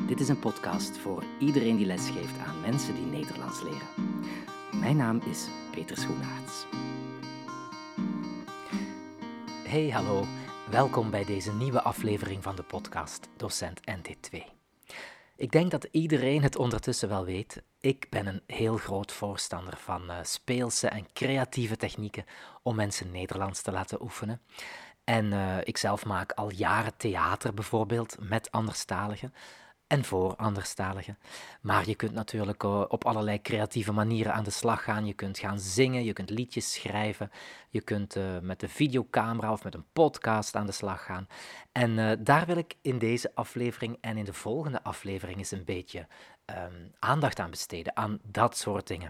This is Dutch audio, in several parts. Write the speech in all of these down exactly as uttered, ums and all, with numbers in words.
Dit is een podcast voor iedereen die lesgeeft aan mensen die Nederlands leren. Mijn naam is Peter Schoenaerts. Hey, hallo. Welkom bij deze nieuwe aflevering van de podcast Docent N T twee. Ik denk dat iedereen het ondertussen wel weet. Ik ben een heel groot voorstander van uh, speelse en creatieve technieken om mensen Nederlands te laten oefenen. En uh, ik zelf maak al jaren theater bijvoorbeeld met anderstaligen en voor anderstaligen. Maar je kunt natuurlijk uh, op allerlei creatieve manieren aan de slag gaan. Je kunt gaan zingen, je kunt liedjes schrijven, je kunt uh, met de videocamera of met een podcast aan de slag gaan. En uh, daar wil ik in deze aflevering en in de volgende aflevering eens een beetje um, aandacht aan besteden, aan dat soort dingen.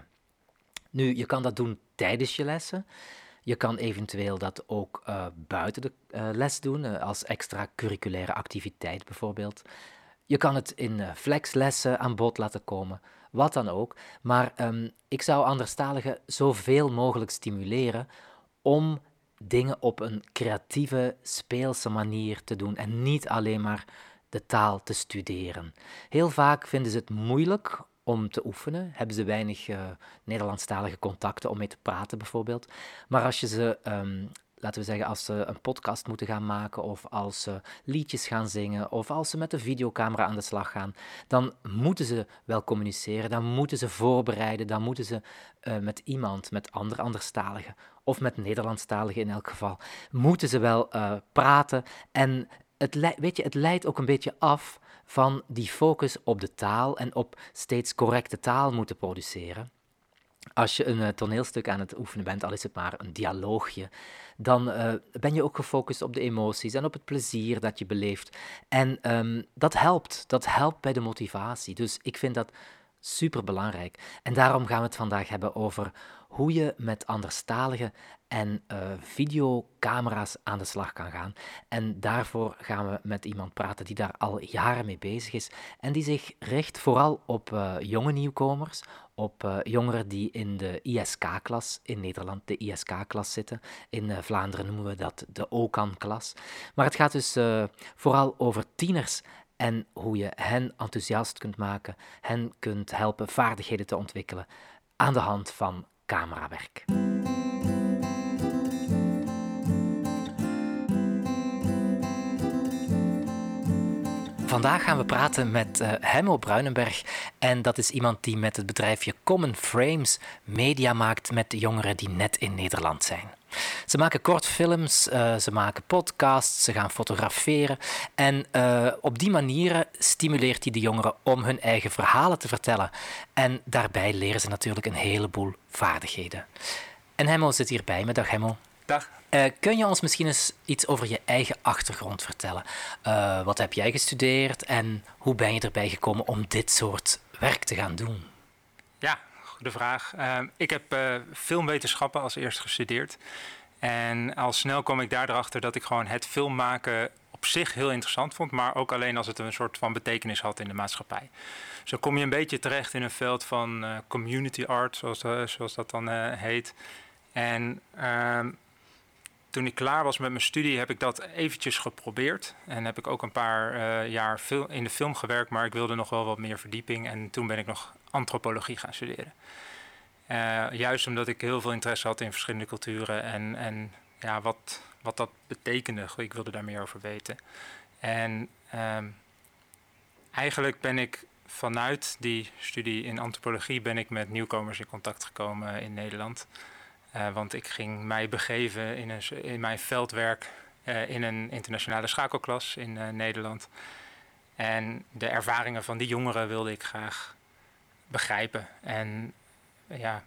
Nu, je kan dat doen tijdens je lessen. Je kan eventueel dat ook uh, buiten de uh, les doen, uh, als extra-curriculaire activiteit bijvoorbeeld. Je kan het in uh, flexlessen aan bod laten komen, wat dan ook. Maar um, ik zou anderstaligen zoveel mogelijk stimuleren om dingen op een creatieve, speelse manier te doen en niet alleen maar de taal te studeren. Heel vaak vinden ze het moeilijk om te oefenen, hebben ze weinig uh, Nederlandstalige contacten om mee te praten bijvoorbeeld. Maar als je ze, um, laten we zeggen, als ze een podcast moeten gaan maken of als ze liedjes gaan zingen of als ze met de videocamera aan de slag gaan, dan moeten ze wel communiceren, dan moeten ze voorbereiden, dan moeten ze uh, met iemand, met andere anderstaligen of met Nederlandstaligen in elk geval, moeten ze wel uh, praten. En het, le- weet je, het leidt ook een beetje af van die focus op de taal en op steeds correcte taal moeten produceren. Als je een uh, toneelstuk aan het oefenen bent, al is het maar een dialoogje, dan uh, ben je ook gefocust op de emoties en op het plezier dat je beleeft. En um, dat helpt, dat helpt bij de motivatie. Dus ik vind dat superbelangrijk. En daarom gaan we het vandaag hebben over hoe je met anderstaligen en uh, videocamera's aan de slag kan gaan. En daarvoor gaan we met iemand praten die daar al jaren mee bezig is en die zich richt vooral op uh, jonge nieuwkomers, op uh, jongeren die in de I S K-klas, in Nederland de I S K-klas zitten. In uh, Vlaanderen noemen we dat de O C A N-klas. Maar het gaat dus uh, vooral over tieners en hoe je hen enthousiast kunt maken, hen kunt helpen vaardigheden te ontwikkelen aan de hand van camerawerk. Vandaag gaan we praten met uh, Hemmo Bruinenberg en dat is iemand die met het bedrijfje Common Frames media maakt met de jongeren die net in Nederland zijn. Ze maken kortfilms, uh, ze maken podcasts, ze gaan fotograferen en uh, op die manieren stimuleert hij de jongeren om hun eigen verhalen te vertellen. En daarbij leren ze natuurlijk een heleboel vaardigheden. En Hemmo zit hier bij me. Dag Hemmo. Dag. Uh, kun je ons misschien eens iets over je eigen achtergrond vertellen? Uh, wat heb jij gestudeerd en hoe ben je erbij gekomen om dit soort werk te gaan doen? Ja, goede vraag. Uh, ik heb uh, filmwetenschappen als eerst gestudeerd. En al snel kwam ik daar erachter dat ik gewoon het filmmaken op zich heel interessant vond, maar ook alleen als het een soort van betekenis had in de maatschappij. Zo kom je een beetje terecht in een veld van uh, community art, zoals, uh, zoals dat dan uh, heet. En uh, toen ik klaar was met mijn studie heb ik dat eventjes geprobeerd. En heb ik ook een paar uh, jaar fil- in de film gewerkt, maar ik wilde nog wel wat meer verdieping. En toen ben ik nog antropologie gaan studeren. Uh, juist omdat ik heel veel interesse had in verschillende culturen en, en ja, wat, wat dat betekende. Ik wilde daar meer over weten. En uh, eigenlijk ben ik vanuit die studie in antropologie ben ik met nieuwkomers in contact gekomen in Nederland. Uh, want ik ging mij begeven in, een, in mijn veldwerk uh, in een internationale schakelklas in uh, Nederland. En de ervaringen van die jongeren wilde ik graag begrijpen en uh, ja,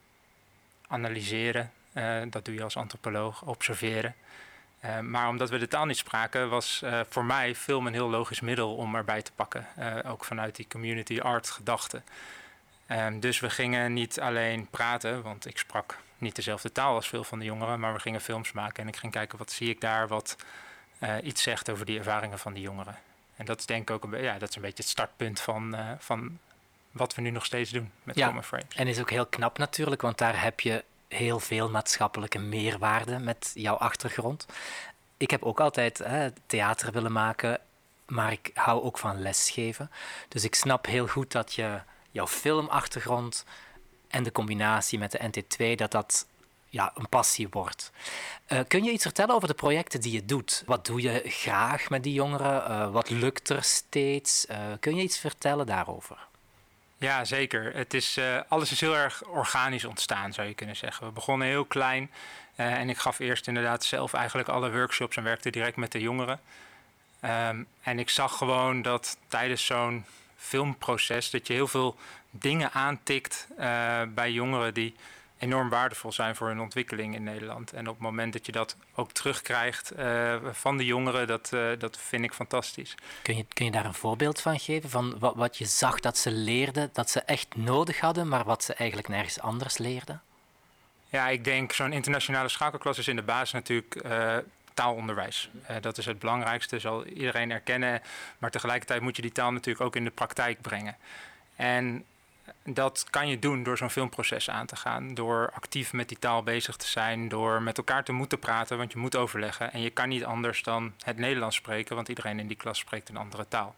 analyseren. Uh, dat doe je als antropoloog, observeren. Uh, maar omdat we de taal niet spraken, was uh, voor mij film een heel logisch middel om erbij te pakken. Uh, ook vanuit die community art gedachte. Um, dus we gingen niet alleen praten, want ik sprak niet dezelfde taal als veel van de jongeren, maar we gingen films maken en ik ging kijken wat zie ik daar, wat uh, iets zegt over die ervaringen van die jongeren. En dat is denk ik ook een, be- ja, dat is een beetje het startpunt van, uh, van wat we nu nog steeds doen met ja, Common Frames. En is ook heel knap natuurlijk, want daar heb je heel veel maatschappelijke meerwaarde met jouw achtergrond. Ik heb ook altijd hè, theater willen maken, maar ik hou ook van lesgeven. Dus ik snap heel goed dat je jouw filmachtergrond en de combinatie met de N T twee, dat dat ja, een passie wordt. Uh, kun je iets vertellen over de projecten die je doet? Wat doe je graag met die jongeren? Uh, wat lukt er steeds? Uh, kun je iets vertellen daarover? Ja, zeker. Het is, uh, alles is heel erg organisch ontstaan, zou je kunnen zeggen. We begonnen heel klein uh, en ik gaf eerst inderdaad zelf eigenlijk alle workshops en werkte direct met de jongeren. Um, en ik zag gewoon dat tijdens zo'n filmproces dat je heel veel dingen aantikt uh, bij jongeren die enorm waardevol zijn voor hun ontwikkeling in Nederland. En op het moment dat je dat ook terugkrijgt uh, van de jongeren, dat, uh, dat vind ik fantastisch. Kun je, kun je daar een voorbeeld van geven? Van wat, wat je zag dat ze leerden, dat ze echt nodig hadden, maar wat ze eigenlijk nergens anders leerden? Ja, ik denk zo'n internationale schakelklas is in de basis natuurlijk uh, taalonderwijs. Uh, dat is het belangrijkste, zal iedereen erkennen. Maar tegelijkertijd moet je die taal natuurlijk ook in de praktijk brengen. En dat kan je doen door zo'n filmproces aan te gaan. Door actief met die taal bezig te zijn. Door met elkaar te moeten praten, want je moet overleggen. En je kan niet anders dan het Nederlands spreken, want iedereen in die klas spreekt een andere taal.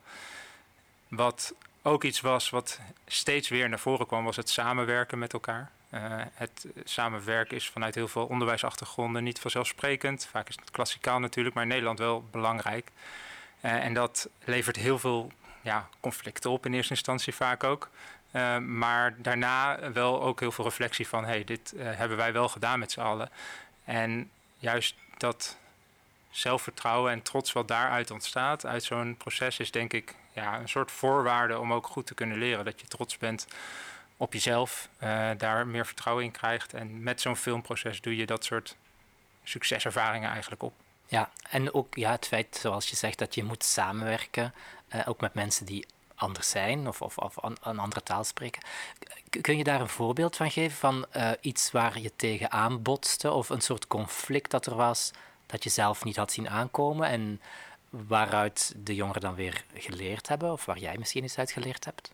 Wat ook iets was wat steeds weer naar voren kwam, was het samenwerken met elkaar. Uh, het samenwerken is vanuit heel veel onderwijsachtergronden niet vanzelfsprekend. Vaak is het klassikaal natuurlijk, maar in Nederland wel belangrijk. Uh, en dat levert heel veel ja, conflicten op in eerste instantie vaak ook. Uh, maar daarna wel ook heel veel reflectie van, hey, dit uh, hebben wij wel gedaan met z'n allen. En juist dat zelfvertrouwen en trots wat daaruit ontstaat, uit zo'n proces, is denk ik ja, een soort voorwaarde om ook goed te kunnen leren. Dat je trots bent op jezelf, uh, daar meer vertrouwen in krijgt. En met zo'n filmproces doe je dat soort succeservaringen eigenlijk op. Ja, en ook ja, het feit, zoals je zegt, dat je moet samenwerken, uh, ook met mensen die anders zijn of, of, of een, een andere taal spreken. Kun je daar een voorbeeld van geven van uh, iets waar je tegenaan botste of een soort conflict dat er was dat je zelf niet had zien aankomen en waaruit de jongeren dan weer geleerd hebben of waar jij misschien iets uit geleerd hebt?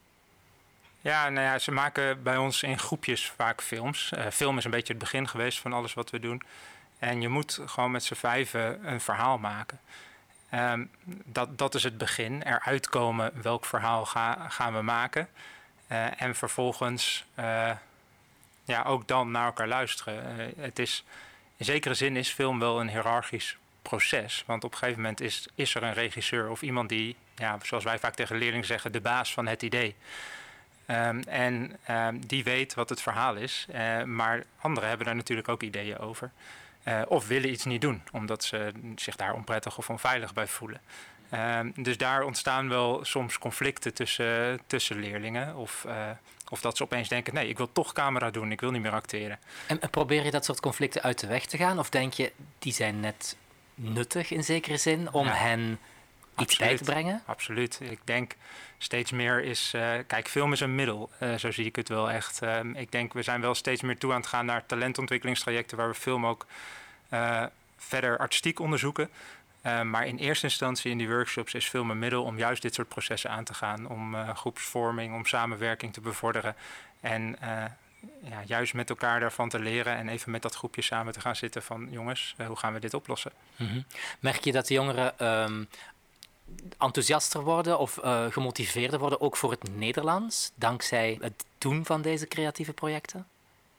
Ja, nou ja, ze maken bij ons in groepjes vaak films. Uh, film is een beetje het begin geweest van alles wat we doen. En je moet gewoon met z'n vijven een verhaal maken. Um, dat, dat is het begin. Eruit komen welk verhaal ga, gaan we maken. Uh, en vervolgens uh, ja, ook dan naar elkaar luisteren. Uh, het is, in zekere zin is film wel een hiërarchisch proces. Want op een gegeven moment is, is er een regisseur of iemand die, ja, zoals wij vaak tegen leerlingen zeggen, de baas van het idee. Um, en um, die weet wat het verhaal is. Uh, maar anderen hebben daar natuurlijk ook ideeën over. Uh, of willen iets niet doen, omdat ze zich daar onprettig of onveilig bij voelen. Uh, dus daar ontstaan wel soms conflicten tussen, tussen leerlingen. Of, uh, of dat ze opeens denken, nee, ik wil toch camera doen, ik wil niet meer acteren. En, en probeer je dat soort conflicten uit de weg te gaan? Of denk je, die zijn net nuttig in zekere zin om ja, hen iets absoluut, bij te brengen? Absoluut. Ik denk steeds meer is... Uh, kijk, film is een middel. Uh, zo zie ik het wel echt. Uh, ik denk, we zijn wel steeds meer toe aan het gaan naar talentontwikkelingstrajecten waar we film ook uh, verder artistiek onderzoeken. Uh, maar in eerste instantie in die workshops is film een middel om juist dit soort processen aan te gaan. Om uh, groepsvorming, om samenwerking te bevorderen. En uh, ja, juist met elkaar daarvan te leren en even met dat groepje samen te gaan zitten van jongens, uh, hoe gaan we dit oplossen? Mm-hmm. Merk je dat de jongeren Um enthousiaster worden of uh, gemotiveerder worden, ook voor het Nederlands, dankzij het doen van deze creatieve projecten?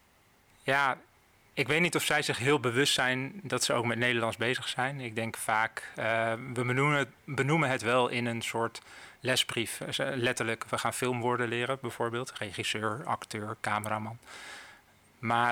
Ja, ik weet niet of zij zich heel bewust zijn dat ze ook met Nederlands bezig zijn. Ik denk vaak, uh, we benoemen het, benoemen het wel in een soort lesbrief. Letterlijk, we gaan filmwoorden leren bijvoorbeeld. Regisseur, acteur, cameraman. Maar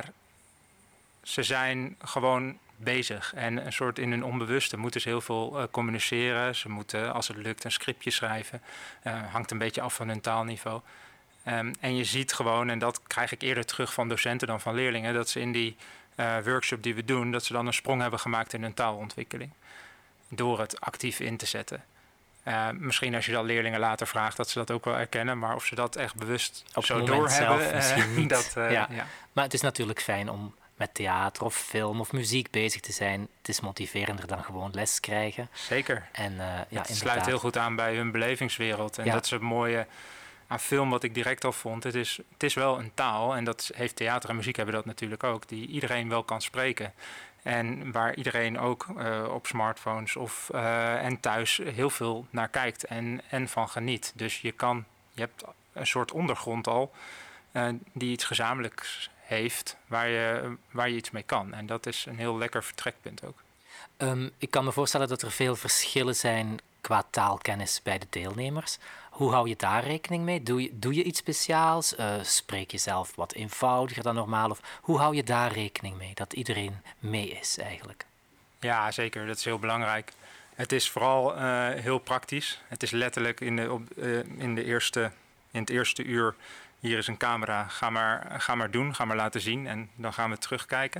ze zijn gewoon bezig en een soort in hun onbewuste moeten ze heel veel uh, communiceren. Ze moeten, als het lukt, een scriptje schrijven. Uh, hangt een beetje af van hun taalniveau. Um, en je ziet gewoon, en dat krijg ik eerder terug van docenten dan van leerlingen, dat ze in die uh, workshop die we doen, dat ze dan een sprong hebben gemaakt in hun taalontwikkeling. Door het actief in te zetten. Uh, misschien als je dat leerlingen later vraagt, dat ze dat ook wel erkennen. Maar of ze dat echt bewust op zo doorhebben, misschien niet. dat, uh, ja. ja. Maar het is natuurlijk fijn om met theater of film of muziek bezig te zijn. Het is motiverender dan gewoon les krijgen. Zeker. En, uh, ja, het inderdaad. sluit heel goed aan bij hun belevingswereld. En ja. dat is het mooie aan film wat ik direct al vond. Het is, het is wel een taal, en dat heeft theater en muziek hebben dat natuurlijk ook, die iedereen wel kan spreken. En waar iedereen ook uh, op smartphones of, uh, en thuis heel veel naar kijkt en, en van geniet. Dus je, kan, je hebt een soort ondergrond al uh, die iets gezamenlijks heeft waar je, waar je iets mee kan. En dat is een heel lekker vertrekpunt ook. Um, ik kan me voorstellen dat er veel verschillen zijn qua taalkennis bij de deelnemers. Hoe hou je daar rekening mee? Doe je, doe je iets speciaals? Uh, spreek je zelf wat eenvoudiger dan normaal? Of hoe hou je daar rekening mee, dat iedereen mee is eigenlijk? Ja, zeker. Dat is heel belangrijk. Het is vooral uh, heel praktisch. Het is letterlijk in, de, op, uh, in, de eerste, in het eerste uur... hier is een camera, ga maar, ga maar doen, ga maar laten zien... en dan gaan we terugkijken.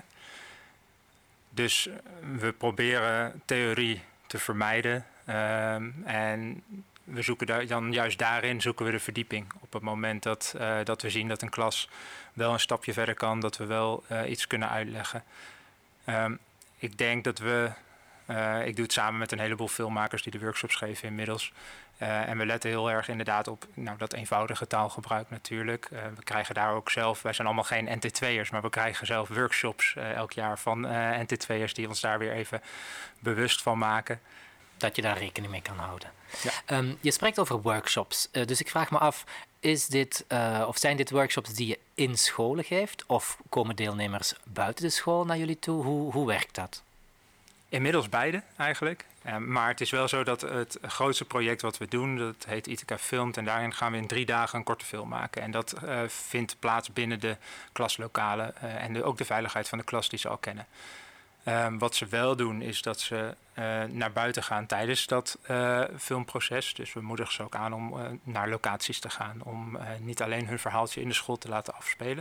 Dus we proberen theorie te vermijden... Uh, en we zoeken daar, dan juist daarin zoeken we de verdieping. Op het moment dat, uh, dat we zien dat een klas wel een stapje verder kan... dat we wel uh, iets kunnen uitleggen... Um, Ik denk dat we, uh, ik doe het samen met een heleboel filmmakers die de workshops geven inmiddels. Uh, en we letten heel erg inderdaad op nou, dat eenvoudige taalgebruik natuurlijk. Uh, we krijgen daar ook zelf, wij zijn allemaal geen N T twee'ers, maar we krijgen zelf workshops uh, elk jaar van uh, N T twee'ers die ons daar weer even bewust van maken. Dat je daar rekening mee kan houden. Ja. Um, je spreekt over workshops, uh, dus ik vraag me af, is dit, uh, of zijn dit workshops die je in scholen geeft? Of komen deelnemers buiten de school naar jullie toe? Hoe, hoe werkt dat? Inmiddels beide eigenlijk. Uh, maar het is wel zo dat het grootste project wat we doen, dat heet Ithaca Filmt. En daarin gaan we in drie dagen een korte film maken. En dat uh, vindt plaats binnen de klaslokalen uh, en de, ook de veiligheid van de klas die ze al kennen. Um, wat ze wel doen is dat ze uh, naar buiten gaan tijdens dat uh, filmproces. Dus we moedigen ze ook aan om uh, naar locaties te gaan. Om uh, niet alleen hun verhaaltje in de school te laten afspelen.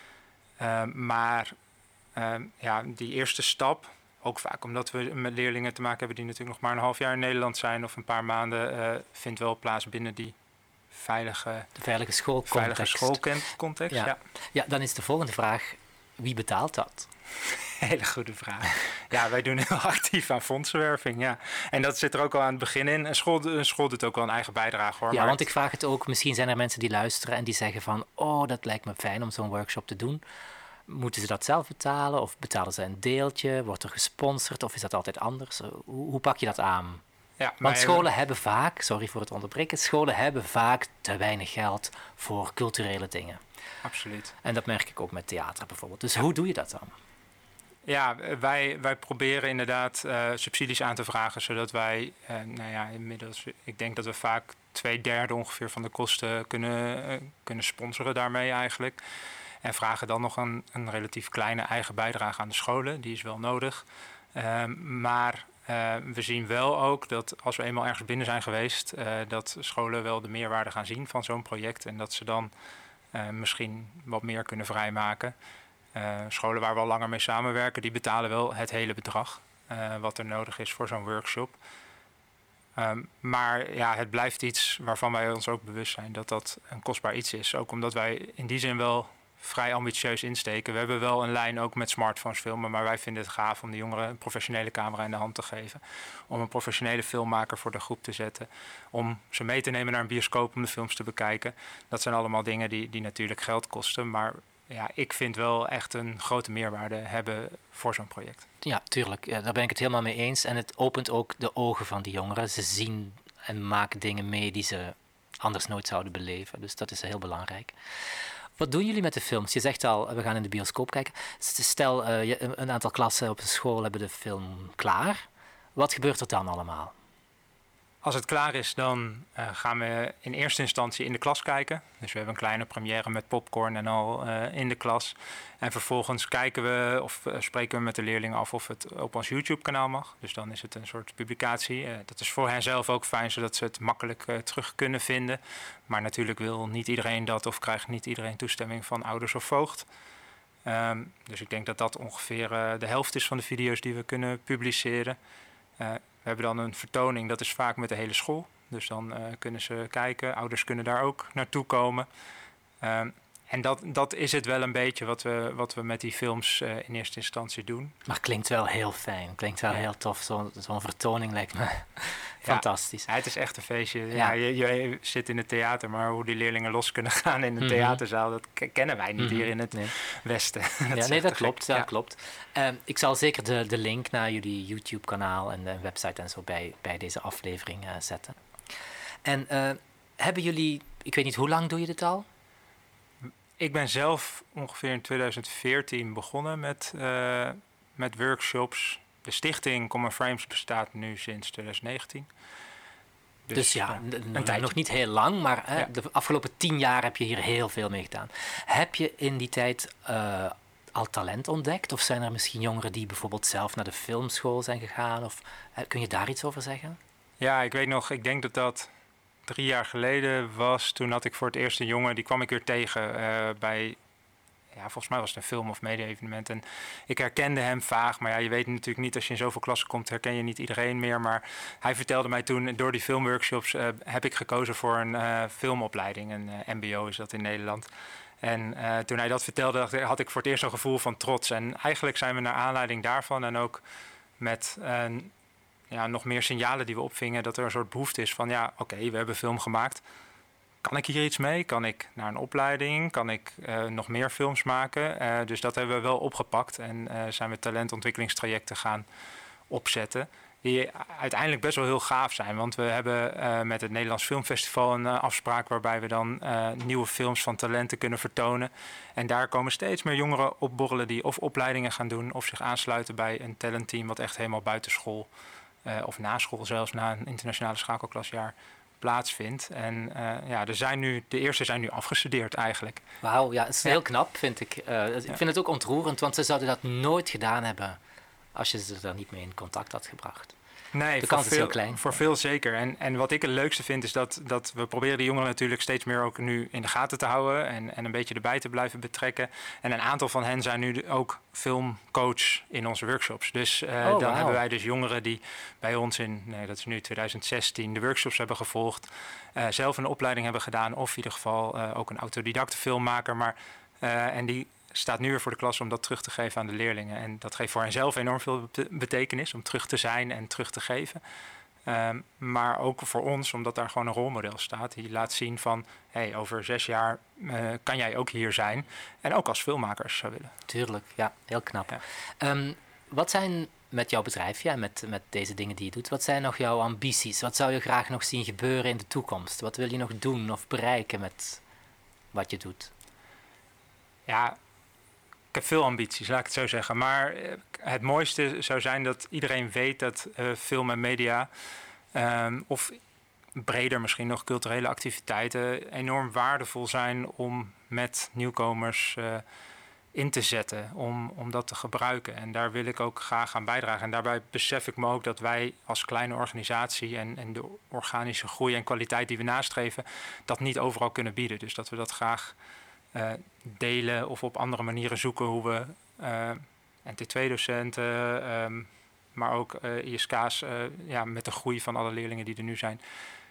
Uh, maar uh, ja, die eerste stap, ook vaak omdat we met leerlingen te maken hebben... die natuurlijk nog maar een half jaar in Nederland zijn of een paar maanden... Uh, vindt wel plaats binnen die veilige, de veilige schoolcontext. Veilige schoolcontext, ja. Ja. ja, dan is de volgende vraag, wie betaalt dat? Hele goede vraag. Ja, wij doen heel actief aan fondsenwerving, ja. En dat zit er ook al aan het begin in. Een school, een school doet ook wel een eigen bijdrage, hoor. Ja, maar want het... ik vraag het ook, misschien zijn er mensen die luisteren en die zeggen van... oh, dat lijkt me fijn om zo'n workshop te doen. Moeten ze dat zelf betalen of betalen ze een deeltje? Wordt er gesponsord of is dat altijd anders? Hoe, hoe pak je dat aan? Ja, want scholen hebben... hebben vaak, sorry voor het onderbreken... scholen hebben vaak te weinig geld voor culturele dingen. Absoluut. En dat merk ik ook met theater bijvoorbeeld. Dus ja. Hoe doe je dat dan? Ja, wij, wij proberen inderdaad uh, subsidies aan te vragen, zodat wij, uh, nou ja, inmiddels, ik denk dat we vaak twee derde ongeveer van de kosten kunnen, uh, kunnen sponsoren daarmee eigenlijk. En vragen dan nog een, een relatief kleine eigen bijdrage aan de scholen, die is wel nodig. Uh, maar uh, we zien wel ook dat als we eenmaal ergens binnen zijn geweest, uh, dat scholen wel de meerwaarde gaan zien van zo'n project en dat ze dan uh, misschien wat meer kunnen vrijmaken. Uh, scholen waar we al langer mee samenwerken, die betalen wel het hele bedrag uh, wat er nodig is voor zo'n workshop. Um, maar ja, het blijft iets waarvan wij ons ook bewust zijn dat dat een kostbaar iets is. Ook omdat wij in die zin wel vrij ambitieus insteken. We hebben wel een lijn ook met smartphones filmen, maar wij vinden het gaaf om de jongeren een professionele camera in de hand te geven. Om een professionele filmmaker voor de groep te zetten. Om ze mee te nemen naar een bioscoop om de films te bekijken. Dat zijn allemaal dingen die, die natuurlijk geld kosten, maar... Ja, ik vind wel echt een grote meerwaarde hebben voor zo'n project. Ja, tuurlijk. Ja, daar ben ik het helemaal mee eens. En het opent ook de ogen van die jongeren. Ze zien en maken dingen mee die ze anders nooit zouden beleven. Dus dat is heel belangrijk. Wat doen jullie met de films? Je zegt al, we gaan in de bioscoop kijken. Stel, uh, een aantal klassen op een school hebben de film klaar. Wat gebeurt er dan allemaal? Als het klaar is, dan uh, gaan we in eerste instantie in de klas kijken. Dus we hebben een kleine première met popcorn en al uh, in de klas. En vervolgens kijken we of uh, spreken we met de leerlingen af of het op ons YouTube-kanaal mag. Dus dan is het een soort publicatie. Uh, dat is voor hen zelf ook fijn, zodat ze het makkelijk uh, terug kunnen vinden. Maar natuurlijk wil niet iedereen dat of krijgt niet iedereen toestemming van ouders of voogd. Um, dus ik denk dat dat ongeveer uh, de helft is van de video's die we kunnen publiceren. Uh, We hebben dan een vertoning, dat is vaak met de hele school. Dus dan uh, kunnen ze kijken, ouders kunnen daar ook naartoe komen. Um, en dat, dat is het wel een beetje wat we, wat we met die films uh, in eerste instantie doen. Maar klinkt wel heel fijn, klinkt wel ja. heel tof. Zo, zo'n vertoning lijkt me fantastisch. Ja, het is echt een feestje. Ja. Ja, je, je zit in het theater, maar hoe die leerlingen los kunnen gaan in een mm-hmm. theaterzaal, dat k- kennen wij niet mm-hmm. hier in het nee. Westen. dat ja, nee, dat klopt. Dat ja. klopt. Uh, ik zal zeker de, de link naar jullie YouTube-kanaal en de website en zo bij, bij deze aflevering uh, zetten. En uh, hebben jullie, ik weet niet, hoe lang doe je dit al? Ik ben zelf ongeveer in tweeduizend veertien begonnen met, uh, met workshops. De stichting Common Frames bestaat nu sinds tweeduizend negentien. Dus, dus ja, ja n- een tijd nog niet heel lang, maar hè, ja. de afgelopen tien jaar heb je hier heel veel mee gedaan. Heb je in die tijd uh, al talent ontdekt? Of zijn er misschien jongeren die bijvoorbeeld zelf naar de filmschool zijn gegaan? Of uh, kun je daar iets over zeggen? Ja, ik weet nog, ik denk dat dat drie jaar geleden was. Toen had ik voor het eerst een jongen, die kwam ik weer tegen uh, bij... Ja, volgens mij was het een film- of media-evenement. En ik herkende hem vaag. Maar ja, je weet natuurlijk niet, als je in zoveel klassen komt, herken je niet iedereen meer. Maar hij vertelde mij toen, door die filmworkshops uh, heb ik gekozen voor een uh, filmopleiding. Een uh, M B O is dat in Nederland. En uh, toen hij dat vertelde, had ik voor het eerst een gevoel van trots. En eigenlijk zijn we naar aanleiding daarvan en ook met... Uh, ja, nog meer signalen die we opvingen, dat er een soort behoefte is van, ja, oké, okay, we hebben film gemaakt. Kan ik hier iets mee? Kan ik naar een opleiding? Kan ik uh, nog meer films maken? Uh, dus dat hebben we wel opgepakt en uh, zijn we talentontwikkelingstrajecten gaan opzetten. Die uiteindelijk best wel heel gaaf zijn. Want we hebben uh, met het Nederlands Filmfestival een uh, afspraak waarbij we dan uh, nieuwe films van talenten kunnen vertonen. En daar komen steeds meer jongeren op borrelen die of opleidingen gaan doen of zich aansluiten bij een talentteam wat echt helemaal buitenschool uh, of na school zelfs na een internationale schakelklasjaar plaatsvindt. En uh, ja, er zijn nu, de eerste zijn nu afgestudeerd eigenlijk. Wauw, ja, dat is heel ja. knap, vind ik. Uh, ik ja. vind het ook ontroerend, want ze zouden dat nooit gedaan hebben als je ze er niet mee in contact had gebracht. Nee, de voor kans veel, is heel klein. Voor veel zeker. En, en wat ik het leukste vind is dat, dat we proberen de jongeren natuurlijk steeds meer ook nu in de gaten te houden en, en een beetje erbij te blijven betrekken. En een aantal van hen zijn nu ook filmcoach in onze workshops. Dus uh, oh, dan wow. hebben wij dus jongeren die bij ons in, nee, dat is nu tweeduizend zestien, de workshops hebben gevolgd. Uh, zelf een opleiding hebben gedaan of in ieder geval uh, ook een autodidacte filmmaker. Maar, uh, en die staat nu weer voor de klas om dat terug te geven aan de leerlingen. En dat geeft voor hen zelf enorm veel betekenis om terug te zijn en terug te geven. Um, maar ook voor ons, omdat daar gewoon een rolmodel staat die laat zien van, hey, over zes jaar uh, kan jij ook hier zijn. En ook als filmmaker als je zou willen. Tuurlijk, ja, heel knap. Ja. Um, wat zijn met jouw bedrijf, ja, met, met deze dingen die je doet, wat zijn nog jouw ambities? Wat zou je graag nog zien gebeuren in de toekomst? Wat wil je nog doen of bereiken met wat je doet? Ja, ik heb veel ambities, laat ik het zo zeggen. Maar het mooiste zou zijn dat iedereen weet dat uh, film en media, um, of breder misschien nog culturele activiteiten, enorm waardevol zijn om met nieuwkomers uh, in te zetten, om, om dat te gebruiken. En daar wil ik ook graag aan bijdragen. En daarbij besef ik me ook dat wij als kleine organisatie en, en de organische groei en kwaliteit die we nastreven, dat niet overal kunnen bieden. Dus dat we dat graag Uh, delen of op andere manieren zoeken hoe we uh, N T twee docenten, um, maar ook uh, I S K's, uh, ja, met de groei van alle leerlingen die er nu zijn,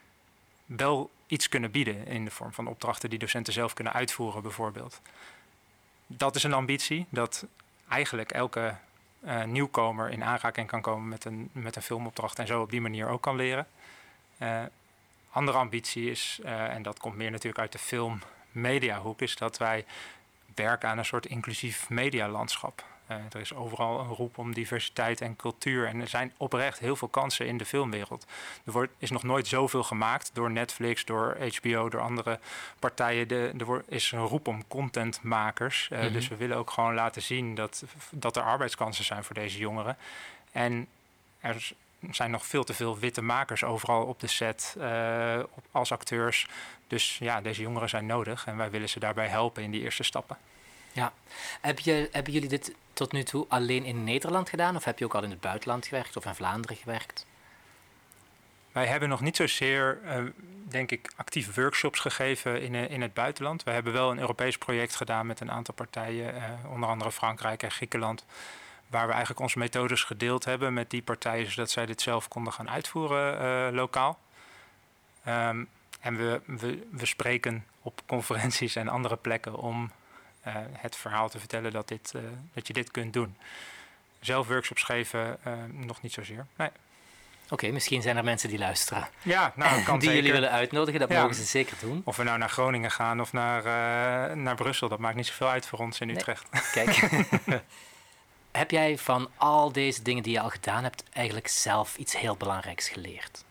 wel iets kunnen bieden in de vorm van opdrachten die docenten zelf kunnen uitvoeren bijvoorbeeld. Dat is een ambitie, dat eigenlijk elke uh, nieuwkomer in aanraking kan komen met een, met een filmopdracht en zo op die manier ook kan leren. Uh, andere ambitie is, uh, en dat komt meer natuurlijk uit de film mediahoek, is dat wij werken aan een soort inclusief medialandschap. Uh, er is overal een roep om diversiteit en cultuur. En er zijn oprecht heel veel kansen in de filmwereld. Er wordt, is nog nooit zoveel gemaakt door Netflix, door H B O, door andere partijen. De, er wordt, is een roep om contentmakers. Uh, mm-hmm. Dus we willen ook gewoon laten zien dat, dat er arbeidskansen zijn voor deze jongeren. En er is, Er zijn nog veel te veel witte makers overal op de set uh, op, als acteurs. Dus ja, deze jongeren zijn nodig en wij willen ze daarbij helpen in die eerste stappen. Ja. Heb je, hebben jullie dit tot nu toe alleen in Nederland gedaan? Of heb je ook al in het buitenland gewerkt of in Vlaanderen gewerkt? Wij hebben nog niet zozeer, uh, denk ik, actief workshops gegeven in, uh, in het buitenland. We hebben wel een Europees project gedaan met een aantal partijen, uh, onder andere Frankrijk en Griekenland, waar we eigenlijk onze methodes gedeeld hebben met die partijen, zodat zij dit zelf konden gaan uitvoeren uh, lokaal. Um, en we, we, we spreken op conferenties en andere plekken om uh, het verhaal te vertellen dat, dit, uh, dat je dit kunt doen. Zelf workshops geven, uh, nog niet zozeer. Nee. Oké, okay, misschien zijn er mensen die luisteren. Ja, nou, dat kan die zeker. jullie willen uitnodigen, dat ja. mogen ze zeker doen. Of we nou naar Groningen gaan of naar, uh, naar Brussel, dat maakt niet zoveel uit voor ons in nee. Utrecht. Kijk, heb jij van al deze dingen die je al gedaan hebt eigenlijk zelf iets heel belangrijks geleerd?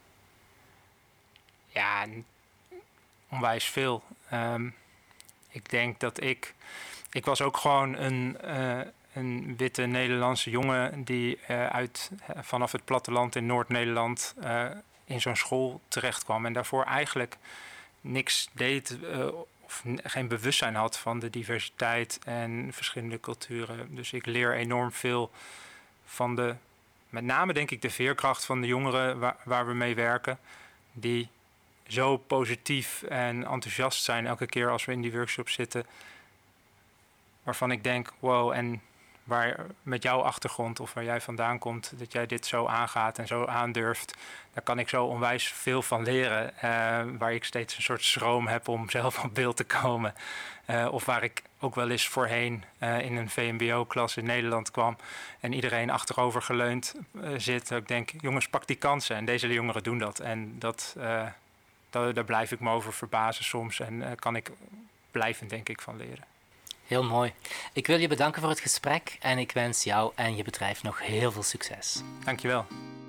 Ja, onwijs veel. Um, ik denk dat ik... Ik was ook gewoon een... Uh, Een witte Nederlandse jongen die uh, uit, uh, vanaf het platteland in Noord-Nederland uh, in zo'n school terecht kwam. En daarvoor eigenlijk niks deed uh, of n- geen bewustzijn had van de diversiteit en verschillende culturen. Dus ik leer enorm veel van de, met name denk ik de veerkracht van de jongeren waar, waar we mee werken. Die zo positief en enthousiast zijn elke keer als we in die workshop zitten. Waarvan ik denk, wow, en... waar met jouw achtergrond of waar jij vandaan komt, dat jij dit zo aangaat en zo aandurft, daar kan ik zo onwijs veel van leren. Uh, waar ik steeds een soort schroom heb om zelf op beeld te komen. Uh, of waar ik ook wel eens voorheen uh, in een V M B O-klas in Nederland kwam en iedereen achterover geleund uh, zit. Ik denk, jongens, pak die kansen. En deze jongeren doen dat. En dat, uh, dat, daar blijf ik me over verbazen soms en uh, kan ik blijvend, denk ik, van leren. Heel mooi. Ik wil je bedanken voor het gesprek en ik wens jou en je bedrijf nog heel veel succes. Dankjewel.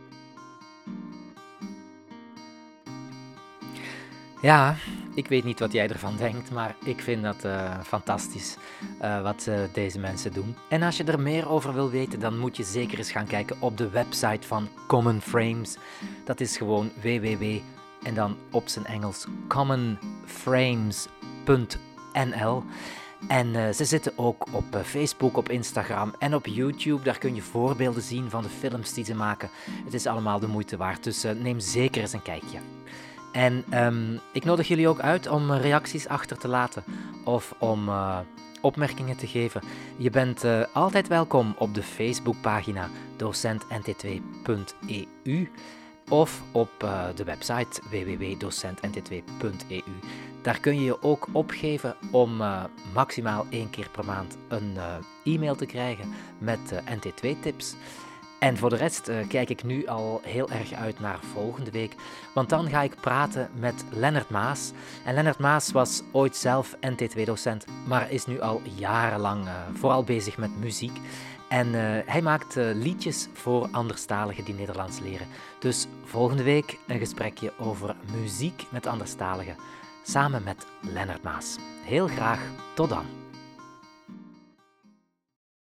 Ja, ik weet niet wat jij ervan denkt, maar ik vind dat uh, fantastisch uh, wat uh, deze mensen doen. En als je er meer over wil weten, dan moet je zeker eens gaan kijken op de website van Common Frames. Dat is gewoon w w w en dan op zijn Engels common frames punt n l. En uh, ze zitten ook op uh, Facebook, op Instagram en op YouTube. Daar kun je voorbeelden zien van de films die ze maken. Het is allemaal de moeite waard, dus uh, neem zeker eens een kijkje. En um, ik nodig jullie ook uit om uh, reacties achter te laten of om uh, opmerkingen te geven. Je bent uh, altijd welkom op de Facebookpagina docent n t twee punt e u of op uh, de website w w w punt docent n t twee punt e u. Daar kun je je ook opgeven om uh, maximaal één keer per maand een uh, e-mail te krijgen met uh, N T twee tips. En voor de rest uh, kijk ik nu al heel erg uit naar volgende week, want dan ga ik praten met Lennart Maas. En Lennart Maas was ooit zelf N T twee docent, maar is nu al jarenlang uh, vooral bezig met muziek. En uh, hij maakt uh, liedjes voor anderstaligen die Nederlands leren. Dus volgende week een gesprekje over muziek met anderstaligen. Samen met Lennart Maas. Heel graag, tot dan.